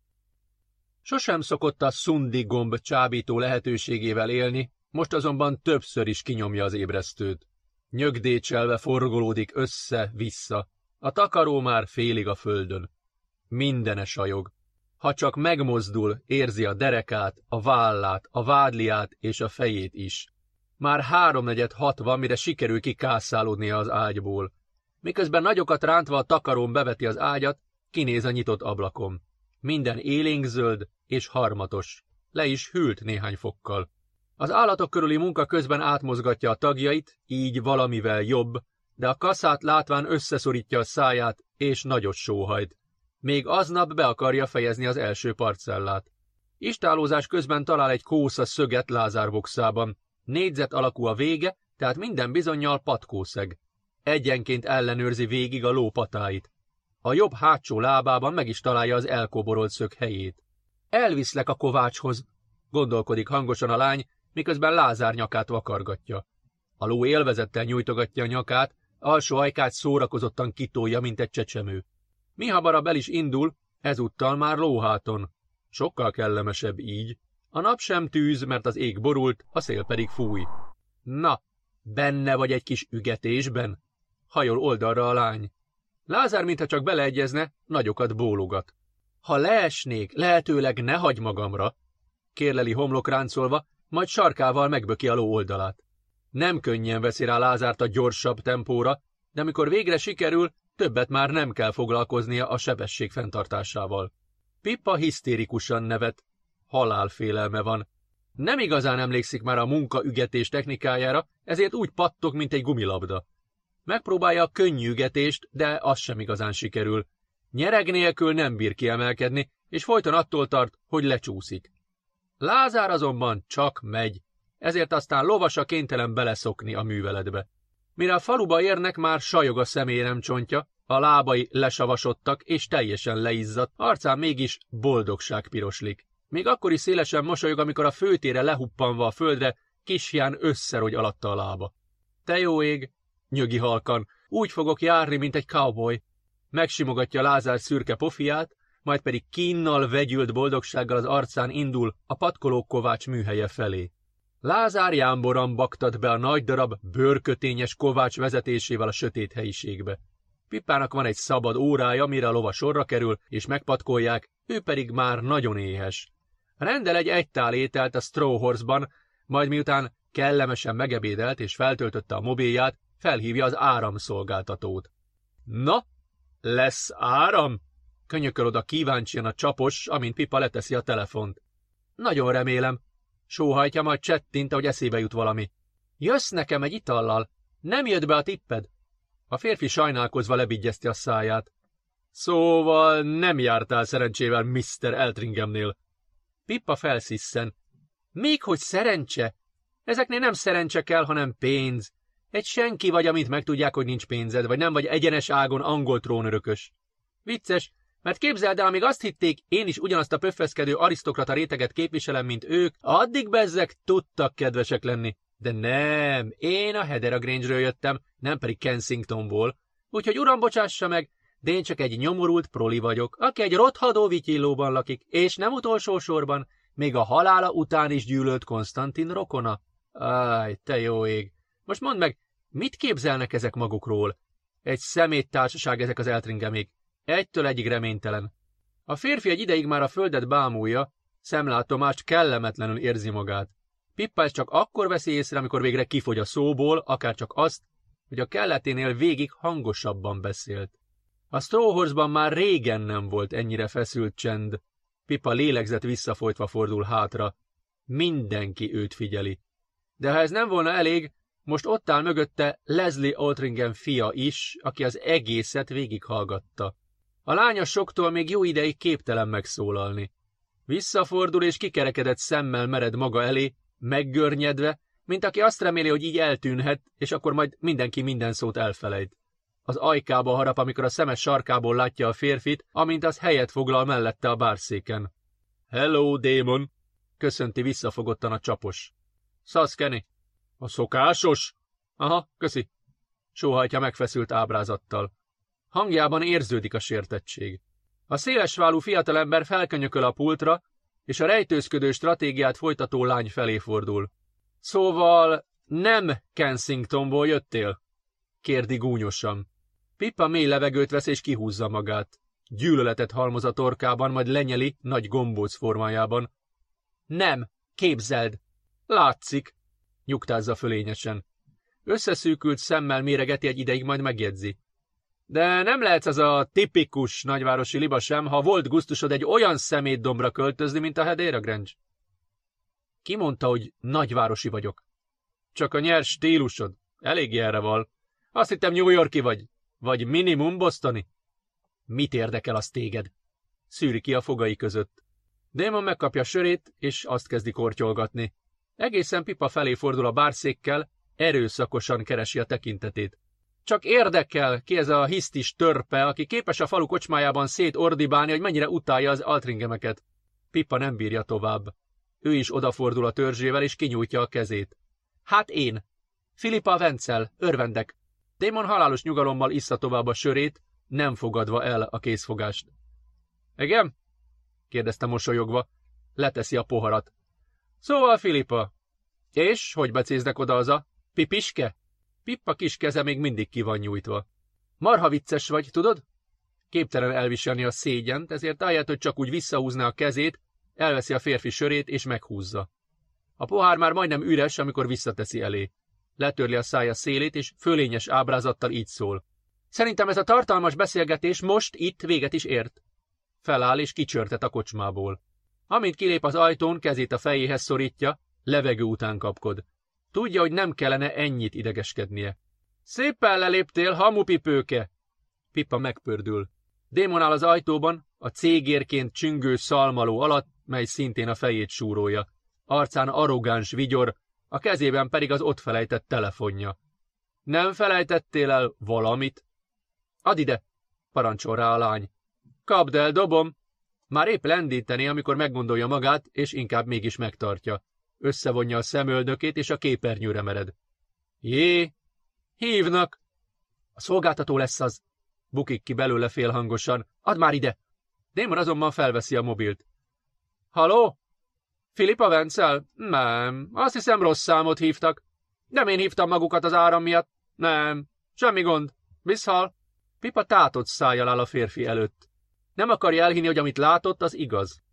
Sosem szokott a szundi gomb csábító lehetőségével élni, most azonban többször is kinyomja az ébresztőt. Nyögdécselve forgolódik össze-vissza, a takaró már félig a földön. Mindene sajog. Ha csak megmozdul, érzi a derekát, a vállát, a vádliát és a fejét is. Már 3:46 van, mire sikerül kikászálódnia az ágyból. Miközben nagyokat rántva a takarón beveti az ágyat, kinéz a nyitott ablakon. Minden élénkzöld és harmatos. Le is hűlt néhány fokkal. Az állatok körüli munka közben átmozgatja a tagjait, így valamivel jobb, de a kaszát látván összeszorítja a száját, és nagyot sóhajt. Még aznap be akarja fejezni az első parcellát. Istálózás közben talál egy kósza szöget Lázár boxában. Négyzet alakú a vége, tehát minden bizonnyal patkószeg. Egyenként ellenőrzi végig a ló patáit. A jobb hátsó lábában meg is találja az elkoborolt szög helyét. Elviszlek a kovácshoz, gondolkodik hangosan a lány, miközben Lázár nyakát vakargatja. A ló élvezettel nyújtogatja a nyakát, alsó ajkát szórakozottan kitolja, mint egy csecsemő. Mihamarabb el is indul, ezúttal már lóháton. Sokkal kellemesebb így. A nap sem tűz, mert az ég borult, a szél pedig fúj. Na, benne vagy egy kis ügetésben? Hajol oldalra a lány. Lázár, mintha csak beleegyezne, nagyokat bólogat. Ha leesnék, lehetőleg ne hagy magamra, kérleli homlokráncolva, majd sarkával megböki a ló oldalát. Nem könnyen veszi rá Lázárt a gyorsabb tempóra, de amikor végre sikerül, többet már nem kell foglalkoznia a sebesség fenntartásával. Pippa hisztérikusan nevet. Halálfélelme van. Nem igazán emlékszik már a munkaügetés technikájára, ezért úgy pattog, mint egy gumilabda. Megpróbálja a könnyű ügetést, de az sem igazán sikerül. Nyereg nélkül nem bír kiemelkedni, és folyton attól tart, hogy lecsúszik. Lázár azonban csak megy, ezért aztán lovasa kénytelen beleszokni a műveletbe. Mire a faluba érnek, már sajog a szeméremcsontja, a lábai lesavasodtak és teljesen leizzadt, arcán mégis boldogság piroslik. Még akkor is szélesen mosolyog, amikor a főtére lehuppanva a földre, kisján összerogy alatta a lába. Te jó ég, nyögi halkan, úgy fogok járni, mint egy cowboy. Megsimogatja Lázár szürke pofiát, majd pedig kínnal vegyült boldogsággal az arcán indul a patkoló kovács műhelye felé. Lázár jámboran baktat be a nagy darab, bőrkötényes kovács vezetésével a sötét helyiségbe. Pippának van egy szabad órája, mire a lova sorra kerül, és megpatkolják, ő pedig már nagyon éhes. Rendel egy tál ételt a Straw Horse-ban, majd miután kellemesen megebédelt és feltöltötte a mobilját, felhívja az áramszolgáltatót. Na, lesz áram? Könyököl oda kíváncsian a csapos, amint Pippa leteszi a telefont. Nagyon remélem. Sóhajtja, majd csettint, ahogy eszébe jut valami. Jössz nekem egy itallal? Nem jött be a tipped? A férfi sajnálkozva lebigyezti a száját. Szóval nem jártál szerencsével Mr. Eltringhamnél. Pippa felszisszen. Még hogy szerencse? Ezeknél nem szerencse kell, hanem pénz. Egy senki vagy, amint megtudják, hogy nincs pénzed, vagy nem vagy egyenes ágon angol trónörökös. Vicces, mert képzeld el, amíg azt hitték, én is ugyanazt a pöffeszkedő arisztokrata réteget képviselem, mint ők, addig bezzek tudtak kedvesek lenni. De nem, én a Hedera Grange-ről jöttem, nem pedig Kensingtonból. Úgyhogy uram, bocsássa meg, de én csak egy nyomorult proli vagyok, aki egy rothadó vityillóban lakik, és nem utolsó sorban, még a halála után is gyűlölt Konstantin rokona. Áj, te jó ég! Most mondd meg, mit képzelnek ezek magukról? Egy szeméttársaság ezek az Eltringemék. Egytől egyig reménytelen. A férfi egy ideig már a földet bámulja, szemlátomást kellemetlenül érzi magát. Pippa ezt csak akkor veszi észre, amikor végre kifogy a szóból, akár csak azt, hogy a kelleténél végig hangosabban beszélt. A Straw Horse-ban már régen nem volt ennyire feszült csend. Pippa lélegzett visszafolytva fordul hátra. Mindenki őt figyeli. De ha ez nem volna elég, most ott áll mögötte Leslie Altringham fia is, aki az egészet végighallgatta. A lánya soktól még jó ideig képtelen megszólalni. Visszafordul és kikerekedett szemmel mered maga elé, meggörnyedve, mint aki azt reméli, hogy így eltűnhet, és akkor majd mindenki minden szót elfelejt. Az ajkába harap, amikor a szemes sarkából látja a férfit, amint az helyet foglal mellette a bárszéken. Hello, Damon! Köszönti visszafogottan a csapos. Szasz, Kenny! A szokásos? Aha, köszi! Sóhajtja megfeszült ábrázattal. Hangjában érződik a sértettség. A szélesválú fiatalember felkönyököl a pultra, és a rejtőzködő stratégiát folytató lány felé fordul. Szóval nem Kensingtonból jöttél? Kérdi gúnyosan. Pippa mély levegőt vesz és kihúzza magát. Gyűlöletet halmoz a torkában, majd lenyeli nagy gombóc formájában. Nem, képzeld! Látszik, nyugtázza fölényesen. Összeszűkült szemmel méregeti egy ideig, majd megjegyzi. De nem lehetsz az a tipikus nagyvárosi liba sem, ha volt gusztusod egy olyan szemétdombra költözni, mint a Hedera Grange. Ki mondta, hogy nagyvárosi vagyok? Csak a nyers stílusod. Eléggé erre val. Azt hittem New Yorki vagy minimum bostoni. Mit érdekel az téged? Szűri ki a fogai között. Damon megkapja sörét, és azt kezdi kortyolgatni. Egészen Pippa felé fordul a bárszékkel, erőszakosan keresi a tekintetét. Csak érdekel, ki ez a hisztis törpe, aki képes a falu kocsmájában szétordibálni, hogy mennyire utálja az Altringemeket. Pippa nem bírja tovább. Ő is odafordul a törzsével, és kinyújtja a kezét. Hát én. Philippa Vencel, örvendek. Damon halálos nyugalommal issza tovább a sörét, nem fogadva el a készfogást. Igen? Kérdezte mosolyogva. Leteszi a poharat. Szóval, Philippa. És hogy becézdek oda az a pipiske? Pippa kis keze még mindig ki van nyújtva. Marha vicces vagy, tudod? Képtelen elviselni a szégyent, ezért ahelyett, hogy csak úgy visszahúzná a kezét, elveszi a férfi sörét és meghúzza. A pohár már majdnem üres, amikor visszateszi elé. Letörli a szája szélét, és fölényes ábrázattal így szól. Szerintem ez a tartalmas beszélgetés most itt véget is ért. Feláll és kicsörtet a kocsmából. Amint kilép az ajtón, kezét a fejéhez szorítja, levegő után kapkod. Tudja, hogy nem kellene ennyit idegeskednie. Szépen leléptél, hamupipőke! Pippa megpördül. Damon áll az ajtóban, a cégérként csüngő szalmaló alatt, mely szintén a fejét súrolja. Arcán arrogáns vigyor, a kezében pedig az ott felejtett telefonja. Nem felejtettél el valamit? Add ide, parancsol rá a lány. Kapd el, dobom! Már épp lendíteni, amikor meggondolja magát, és inkább mégis megtartja. Összevonja a szemöldökét, és a képernyőre mered. Jé, hívnak! A szolgáltató lesz az, bukik ki belőle félhangosan. Add már ide! Damon azonban felveszi a mobilt. Haló? Philippa Vencel? Nem, azt hiszem rossz számot hívtak. Nem én hívtam magukat az áram miatt. Nem, semmi gond. Visszhal. Pippa tátott szájjal áll a férfi előtt. Nem akarja elhinni, hogy amit látott, az igaz.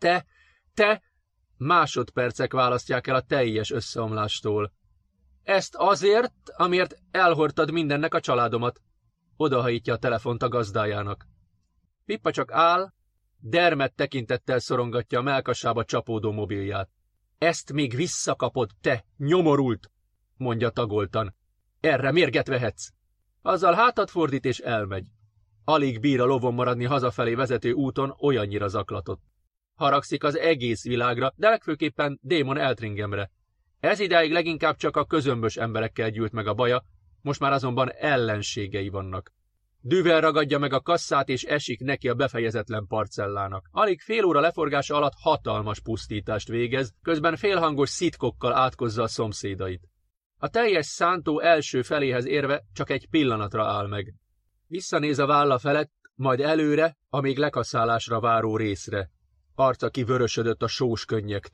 Te... Másodpercek választják el a teljes összeomlástól. Ezt azért, amiért elhordtad mindennek a családomat. Odahajítja a telefont a gazdájának. Pippa csak áll, dermedt tekintettel szorongatja a mellkasába csapódó mobilját. Ezt még visszakapod, te nyomorult, mondja tagoltan. Erre mérget vehetsz. Azzal hátat fordít és elmegy. Alig bír a lovon maradni hazafelé vezető úton, olyannyira zaklatott. Haragszik az egész világra, de legfőképpen Damon Eltringhamre. Ez idáig leginkább csak a közömbös emberekkel gyűlt meg a baja, most már azonban ellenségei vannak. Dühvel ragadja meg a kasszát, és esik neki a befejezetlen parcellának. Alig fél óra leforgása alatt hatalmas pusztítást végez, közben félhangos szitkokkal átkozza a szomszédait. A teljes szántó első feléhez érve csak egy pillanatra áll meg. Visszanéz a válla felett, majd előre, a még lekaszálásra váró részre. Arca kivörösödött a sós könnyektől.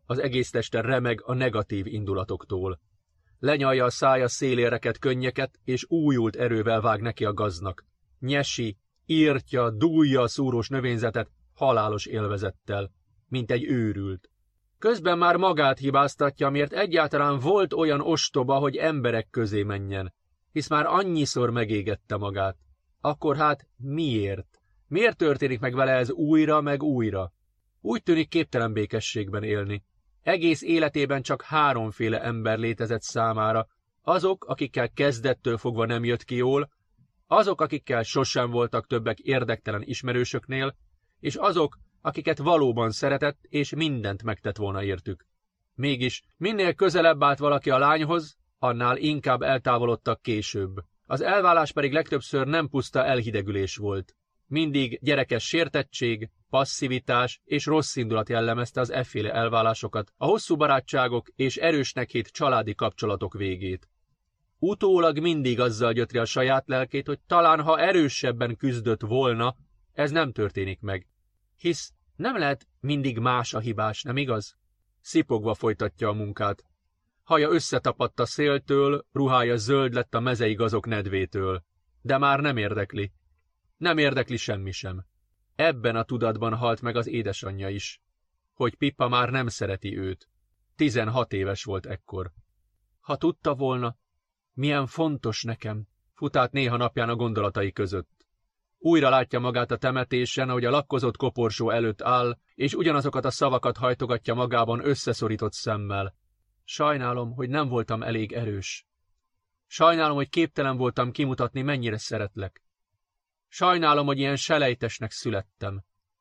az egész teste remeg a negatív indulatoktól. Lenyalja a szája széléreket, könnyeket, és újult erővel vág neki a gaznak. Nyesi, írtja, dúlja a szúrós növényzetet halálos élvezettel, mint egy őrült. Közben már magát hibáztatja, miért egyáltalán volt olyan ostoba, hogy emberek közé menjen, hisz már annyiszor megégette magát. Akkor hát miért? Miért történik meg vele ez újra meg újra? Úgy tűnik képtelen békességben élni. Egész életében csak 3 ember létezett számára, azok, akikkel kezdettől fogva nem jött ki jól, azok, akikkel sosem voltak többek érdektelen ismerősöknél, és azok, akiket valóban szeretett, és mindent megtett volna értük. Mégis, minél közelebb állt valaki a lányhoz, annál inkább eltávolodtak később. Az elválás pedig legtöbbször nem puszta elhidegülés volt. Mindig gyerekes sértettség, passzivitás és rossz indulat jellemezte az efféle elválásokat, a hosszú barátságok és erősnek hitt családi kapcsolatok végét. Utólag mindig azzal gyötri a saját lelkét, hogy talán ha erősebben küzdött volna, ez nem történik meg. Hisz nem lehet mindig más a hibás, nem igaz? Szipogva folytatja a munkát. Haja összetapadt a széltől, ruhája zöld lett a mezei gazok nedvétől. De már nem érdekli. Nem érdekli semmi sem. Ebben a tudatban halt meg az édesanyja is, hogy Pippa már nem szereti őt. 16 éves volt ekkor. Ha tudta volna, milyen fontos nekem, fut át néha napján a gondolatai között. Újra látja magát a temetésen, ahogy a lakkozott koporsó előtt áll, és ugyanazokat a szavakat hajtogatja magában összeszorított szemmel. Sajnálom, hogy nem voltam elég erős. Sajnálom, hogy képtelen voltam kimutatni, mennyire szeretlek. Sajnálom, hogy ilyen selejtesnek születtem.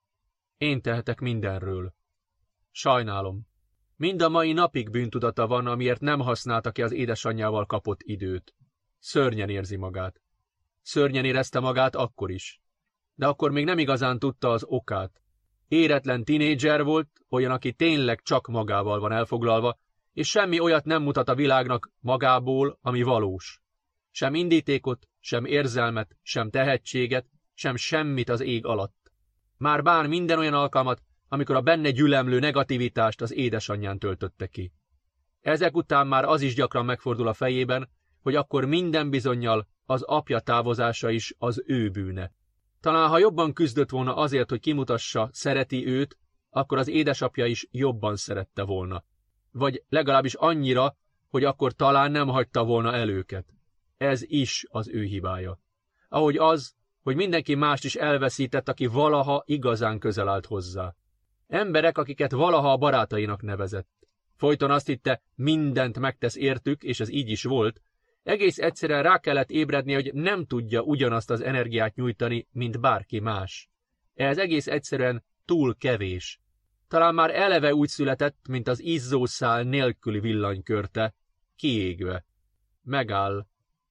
Én tehetek mindenről. Sajnálom. Mind a mai napig bűntudata van, amiért nem használta ki az édesanyjával kapott időt. Szörnyen érzi magát. Szörnyen érezte magát akkor is. De akkor még nem igazán tudta az okát. Éretlen tinédzser volt, olyan, aki tényleg csak magával van elfoglalva, és semmi olyat nem mutat a világnak magából, ami valós. Sem indítékot, sem érzelmet, sem tehetséget, sem semmit az ég alatt. Már bán minden olyan alkalmat, amikor a benne gyülemlő negativitást az édesanyján töltötte ki. Ezek után már az is gyakran megfordul a fejében, hogy akkor minden bizonnyal az apja távozása is az ő bűne. Talán ha jobban küzdött volna azért, hogy kimutassa, szereti őt, akkor az édesapja is jobban szerette volna. Vagy legalábbis annyira, hogy akkor talán nem hagyta volna el őket. Ez is az ő hibája. Ahogy az, hogy mindenki mást is elveszített, aki valaha igazán közel állt hozzá. Emberek, akiket valaha a barátainak nevezett. Folyton azt hitte, mindent megtesz értük, és ez így is volt. Egész egyszerűen rá kellett ébredni, hogy nem tudja ugyanazt az energiát nyújtani, mint bárki más. Ez egész egyszerűen túl kevés. Talán már eleve úgy született, mint az izzószál nélküli villanykörte, kiégve. Megáll.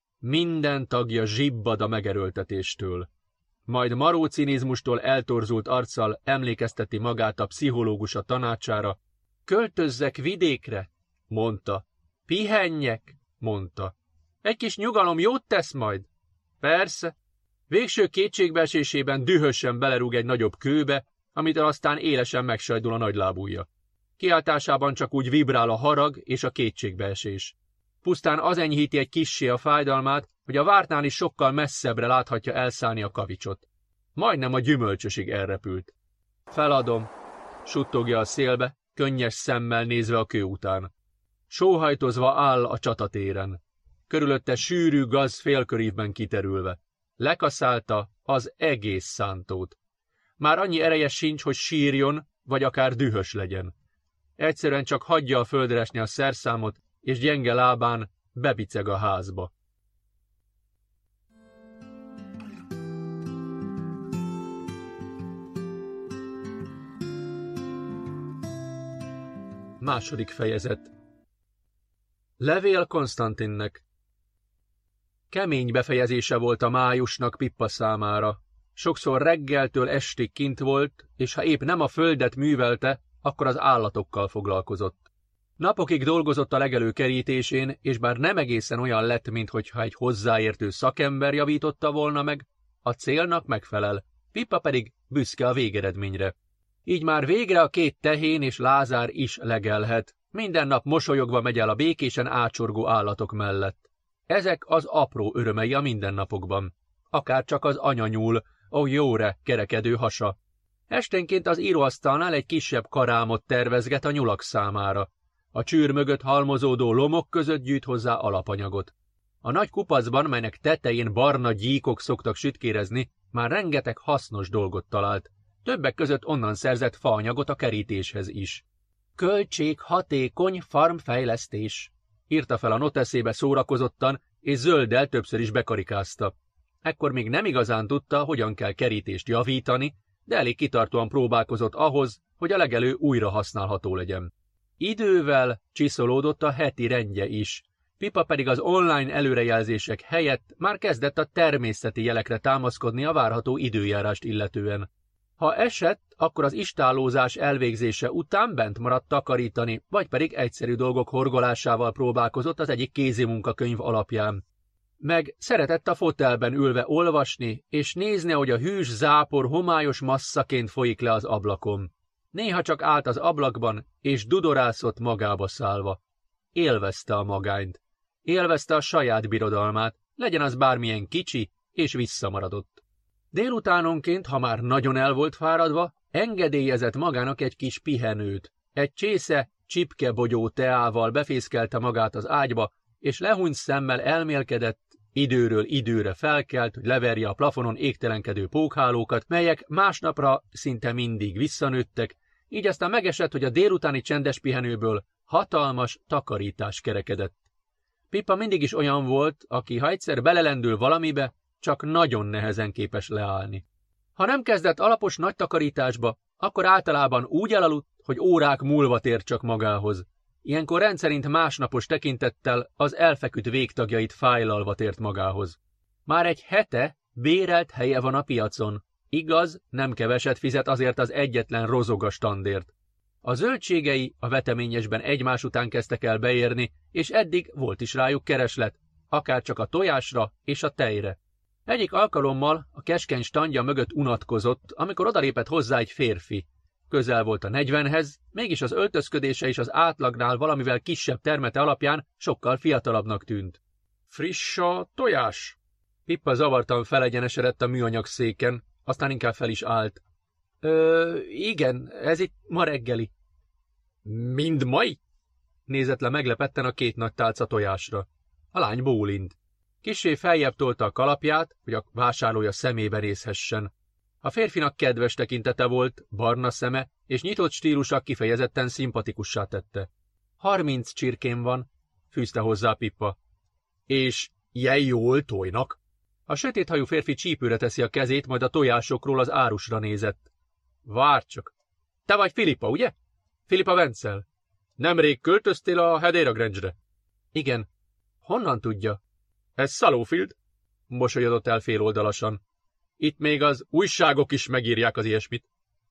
Minden tagja zsibbad a megerőltetéstől. Majd maró cinizmustól eltorzult arccal emlékezteti magát a pszichológus a tanácsára. Költözzek vidékre, mondta. Pihenjek, mondta. Egy kis nyugalom jót tesz majd? Persze. Végső kétségbeesésében dühösen belerúg egy nagyobb kőbe, amit aztán élesen megsajdul a nagylábúja. Kiáltásában csak úgy vibrál a harag és a kétségbeesés. Pusztán az enyhíti egy kissé a fájdalmát, hogy a vártnál is sokkal messzebbre láthatja elszállni a kavicsot. Majdnem a gyümölcsösig elrepült. Feladom, suttogja a szélbe, könnyes szemmel nézve a kő után. Sóhajtozva áll a csatatéren. Körülötte sűrű gaz félkörívben kiterülve. Lekaszálta az egész szántót. Már annyi ereje sincs, hogy sírjon, vagy akár dühös legyen. Egyszerűen csak hagyja a földre esni a szerszámot, és gyenge lábán bebiceg a házba. Második fejezet. Levél Konstantinnek. Kemény befejezése volt a májusnak Pippa számára. Sokszor reggeltől estig kint volt, és ha épp nem a földet művelte, akkor az állatokkal foglalkozott. Napokig dolgozott a legelő kerítésén, és bár nem egészen olyan lett, minthogyha egy hozzáértő szakember javította volna meg, a célnak megfelel, Pippa pedig büszke a végeredményre. Így már végre a 2 tehén és Lázár is legelhet. Minden nap mosolyogva megy el a békésen ácsorgó állatok mellett. Ezek az apró örömei a mindennapokban. Akár csak az anyanyúl, a jóre kerekedő hasa. Esténként az íróasztalnál egy kisebb karámot tervezget a nyulak számára. A csűr mögött halmozódó lomok között gyűjt hozzá alapanyagot. A nagy kupacban, melynek tetején barna gyíkok szoktak sütkérezni, már rengeteg hasznos dolgot talált. Többek között onnan szerzett faanyagot a kerítéshez is. Költség-hatékony farmfejlesztés, írta fel a noteszébe szórakozottan, és zölddel többször is bekarikázta. Ekkor még nem igazán tudta, hogyan kell kerítést javítani, de elég kitartóan próbálkozott ahhoz, hogy a legelő újra használható legyen. Idővel csiszolódott a heti rendje is, Pippa pedig az online előrejelzések helyett már kezdett a természeti jelekre támaszkodni a várható időjárást illetően. Ha esett, akkor az istállózás elvégzése után bent maradt takarítani, vagy pedig egyszerű dolgok horgolásával próbálkozott az egyik kézimunkakönyv alapján. Meg szeretett a fotelben ülve olvasni, és nézni, ahogy a hűs zápor homályos masszaként folyik le az ablakon. Néha csak állt az ablakban, és dudorászott magába szállva. Élvezte a magányt. Élvezte a saját birodalmát, legyen az bármilyen kicsi, és visszamaradott. Délutánonként, ha már nagyon el volt fáradva, engedélyezett magának egy kis pihenőt. Egy csésze csipkebogyó teával befészkelte magát az ágyba, és lehúnyt szemmel elmélkedett, időről időre felkelt, hogy leverje a plafonon égtelenkedő pókhálókat, melyek másnapra szinte mindig visszanőttek, így aztán megesett, hogy a délutáni csendes pihenőből hatalmas takarítás kerekedett. Pippa mindig is olyan volt, aki ha egyszer belelendül valamibe, csak nagyon nehezen képes leállni. Ha nem kezdett alapos nagy takarításba, akkor általában úgy elaludt, hogy órák múlva tért csak magához. Ilyenkor rendszerint másnapos tekintettel az elfeküdt végtagjait fájlalva tért magához. Már egy hete bérelt helye van a piacon. Igaz, nem keveset fizet azért az egyetlen rozog a standért. A zöldségei a veteményesben egymás után kezdtek el beérni, és eddig volt is rájuk kereslet, akár csak a tojásra és a tejre. Egyik alkalommal a keskeny standja mögött unatkozott, amikor odalépett hozzá egy férfi. Közel volt a 40-hez, mégis az öltözködése és az átlagnál valamivel kisebb termete alapján sokkal fiatalabbnak tűnt. Friss a tojás? Pippa zavartan felegyenesedett a műanyag széken, aztán inkább fel is állt. Igen, ez itt ma reggeli. Mind mai? Nézett le meglepetten a 2 nagy tálca tojásra. A lány bólint. Kissé feljebb tolta a kalapját, hogy a vásárlója szemébe nézhessen. A férfinak kedves tekintete volt, barna szeme, és nyitott stílusa kifejezetten szimpatikussá tette. 30 csirkém van, fűzte hozzá Pippa. És ilyen jól tojnak? A sötéthajú férfi csípőre teszi a kezét, majd a tojásokról az árusra nézett. Várj csak! Te vagy Filippa, ugye? Filippa Wenzel. Nemrég költöztél a Hedera Grange-re? Igen. Honnan tudja? Ez Sallowfield? Mosolyodott el féloldalasan. Itt még az újságok is megírják az ilyesmit.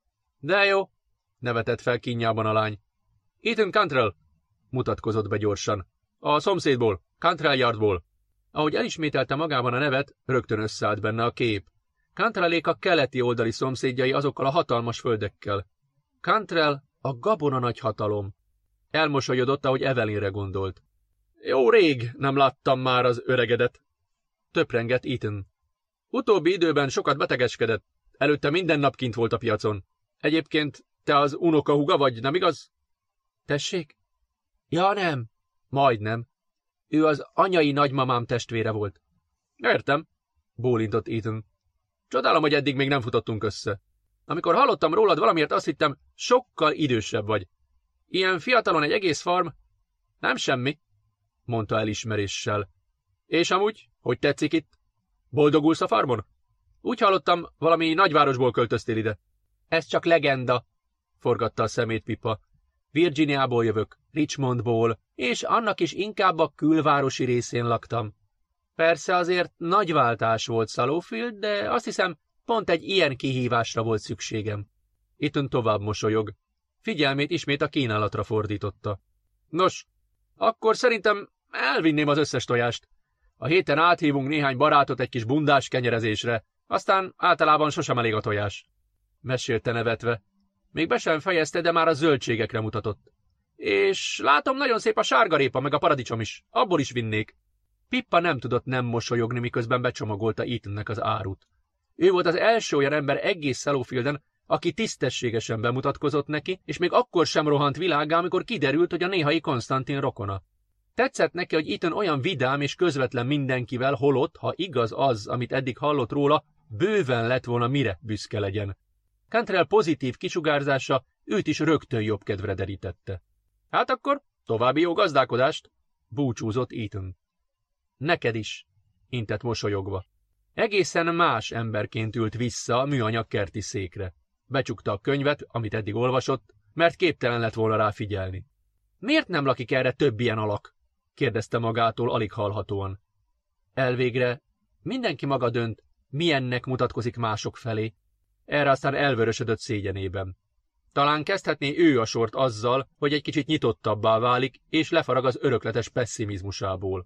De jó, nevetett fel kínjában a lány. Ethan Cantrell, mutatkozott be gyorsan. A szomszédból, Cantrell Yardból. Ahogy elismételte magában a nevet, rögtön összeállt benne a kép. Cantrellék a keleti oldali szomszédjai azokkal a hatalmas földekkel. Cantrell a gabona nagy hatalom. Elmosolyodott, ahogy Evelynre gondolt. Jó rég nem láttam már az öregedet. Töprengett Ethan. Utóbbi időben sokat betegeskedett. Előtte minden nap kint volt a piacon. Egyébként te az unokahúga vagy, nem igaz? Tessék? Ja, nem. Majdnem. Ő az anyai nagymamám testvére volt. Értem, bólintott Ethan. Csodálom, hogy eddig még nem futottunk össze. Amikor hallottam rólad, valamiért azt hittem, sokkal idősebb vagy. Ilyen fiatalon egy egész farm? Nem semmi, mondta elismeréssel. És amúgy, hogy tetszik itt? Boldogulsz a farmon? Úgy hallottam, valami nagyvárosból költöztél ide. Ez csak legenda, forgatta a szemét Pippa. Virginiából jövök, Richmondból, és annak is inkább a külvárosi részén laktam. Persze azért nagy váltás volt Sallowfield, de azt hiszem, pont egy ilyen kihívásra volt szükségem. Ethan tovább mosolyog. Figyelmét ismét a kínálatra fordította. Nos, akkor szerintem elvinném az összes tojást. A héten áthívunk néhány barátot egy kis bundás kenyerezésre, aztán általában sosem elég a tojás. Mesélte nevetve. Még be sem fejezte, de már a zöldségekre mutatott. És látom, nagyon szép a sárgarépa, meg a paradicsom is. Abból is vinnék. Pippa nem tudott nem mosolyogni, miközben becsomagolta Ethannek az árut. Ő volt az első olyan ember egész Sellowfielden, aki tisztességesen bemutatkozott neki, és még akkor sem rohant világgá, amikor kiderült, hogy a néhai Konstantin rokona. Tetszett neki, hogy Ethan olyan vidám és közvetlen mindenkivel, holott, ha igaz az, amit eddig hallott róla, bőven lett volna mire büszke legyen. Cantrell pozitív kisugárzása őt is rögtön jobb kedvre derítette. Hát akkor további jó gazdálkodást, búcsúzott Ethan. Neked is, intett mosolyogva. Egészen más emberként ült vissza a műanyag kerti székre. Becsukta a könyvet, amit eddig olvasott, mert képtelen lett volna rá figyelni. Miért nem lakik erre több ilyen alak? Kérdezte magától alig hallhatóan. Elvégre mindenki maga dönt, milyennek mutatkozik mások felé. Erre aztán elvörösödött szégyenében. Talán kezdhetné ő a sort azzal, hogy egy kicsit nyitottabbá válik, és lefarag az örökletes pesszimizmusából.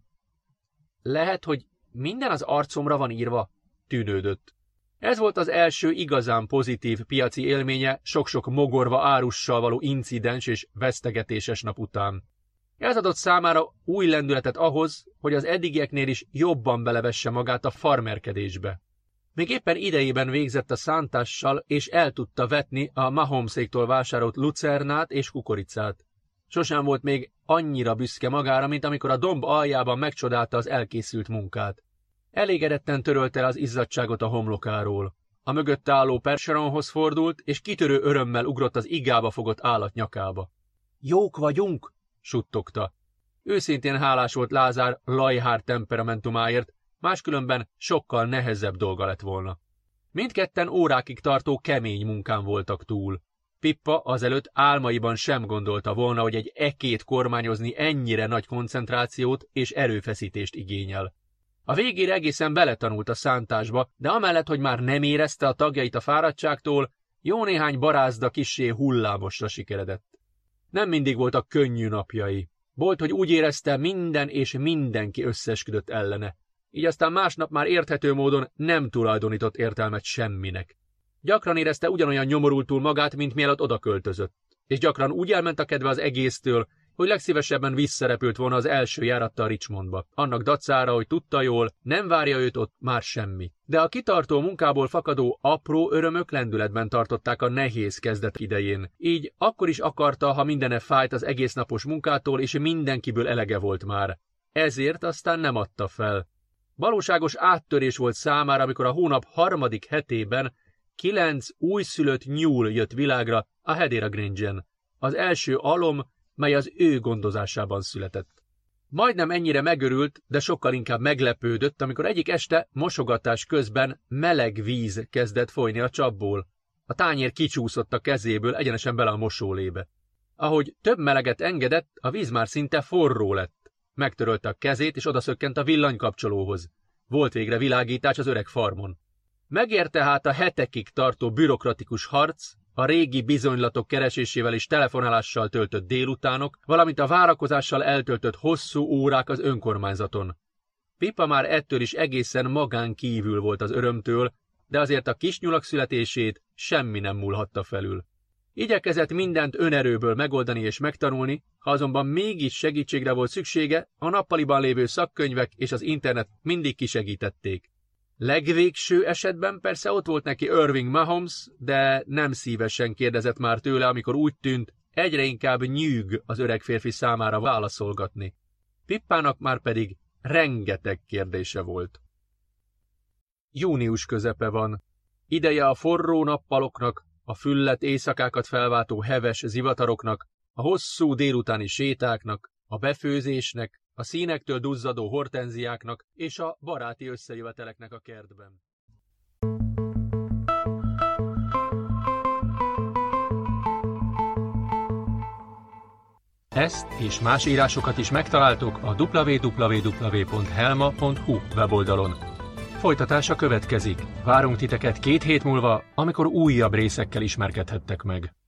Lehet, hogy minden az arcomra van írva? Tűnődött. Ez volt az első igazán pozitív piaci élménye sok-sok mogorva árussal való incidens és vesztegetéses nap után. Ez adott számára új lendületet ahhoz, hogy az eddigieknél is jobban belevesse magát a farmerkedésbe. Még éppen idejében végzett a szántással, és el tudta vetni a Mahomeszéktól vásárolt lucernát és kukoricát. Sosem volt még annyira büszke magára, mint amikor a domb aljában megcsodálta az elkészült munkát. Elégedetten törölte el az izzadtságot a homlokáról. A mögötte álló Percheronhoz fordult, és kitörő örömmel ugrott az igába fogott állat nyakába. Jók vagyunk, suttogta. Őszintén hálás volt Lázár lajhár temperamentumáért, máskülönben sokkal nehezebb dolga lett volna. Mindketten órákig tartó kemény munkán voltak túl. Pippa azelőtt álmaiban sem gondolta volna, hogy egy ekét kormányozni ennyire nagy koncentrációt és erőfeszítést igényel. A végére egészen beletanult a szántásba, de amellett, hogy már nem érezte a tagjait a fáradtságtól, jó néhány barázda kissé hullámosra sikeredett. Nem mindig voltak könnyű napjai. Volt, hogy úgy érezte, minden és mindenki összesküdött ellene. Így aztán másnap már érthető módon nem tulajdonított értelmet semminek. Gyakran érezte ugyanolyan nyomorultul magát, mint mielőtt odaköltözött. És gyakran úgy elment a kedve az egésztől, hogy legszívesebben visszarepült volna az első járattal Richmondba. Annak dacára, hogy tudta jól, nem várja őt ott már semmi. De a kitartó munkából fakadó apró örömök lendületben tartották a nehéz kezdet idején. Így akkor is akarta, ha mindene fájt az egésznapos munkától, és mindenkiből elege volt már. Ezért aztán nem adta fel. Valóságos áttörés volt számára, amikor a hónap harmadik hetében 9 újszülött nyúl jött világra a Hedera Grange-en. Az első alom, mely az ő gondozásában született. Majdnem ennyire megörült, de sokkal inkább meglepődött, amikor egyik este mosogatás közben meleg víz kezdett folyni a csapból. A tányér kicsúszott a kezéből egyenesen bele a mosólébe. Ahogy több meleget engedett, a víz már szinte forró lett. Megtörölte a kezét, és odaszökkent a villanykapcsolóhoz. Volt végre világítás az öreg farmon. Megérte hát a hetekig tartó bürokratikus harc, a régi bizonylatok keresésével és telefonálással töltött délutánok, valamint a várakozással eltöltött hosszú órák az önkormányzaton. Pippa már ettől is egészen magán kívül volt az örömtől, de azért a kisnyulak születését semmi nem múlhatta felül. Igyekezett mindent önerőből megoldani és megtanulni, ha azonban mégis segítségre volt szüksége, a nappaliban lévő szakkönyvek és az internet mindig kisegítették. Legvégső esetben persze ott volt neki Irving Mahomes, de nem szívesen kérdezett már tőle, amikor úgy tűnt, egyre inkább nyűg az öreg férfi számára válaszolgatni. Pippának már pedig rengeteg kérdése volt. Június közepe van. Ideje a forró nappaloknak, a füllet éjszakákat felváltó heves zivataroknak, a hosszú délutáni sétáknak, a befőzésnek, a színektől duzzadó hortenziáknak és a baráti összejöveteleknek a kertben. Ezt és más írásokat is megtaláltok a www.helma.hu weboldalon. Folytatása következik. Várunk titeket 2 hét múlva, amikor újabb részekkel ismerkedhettek meg.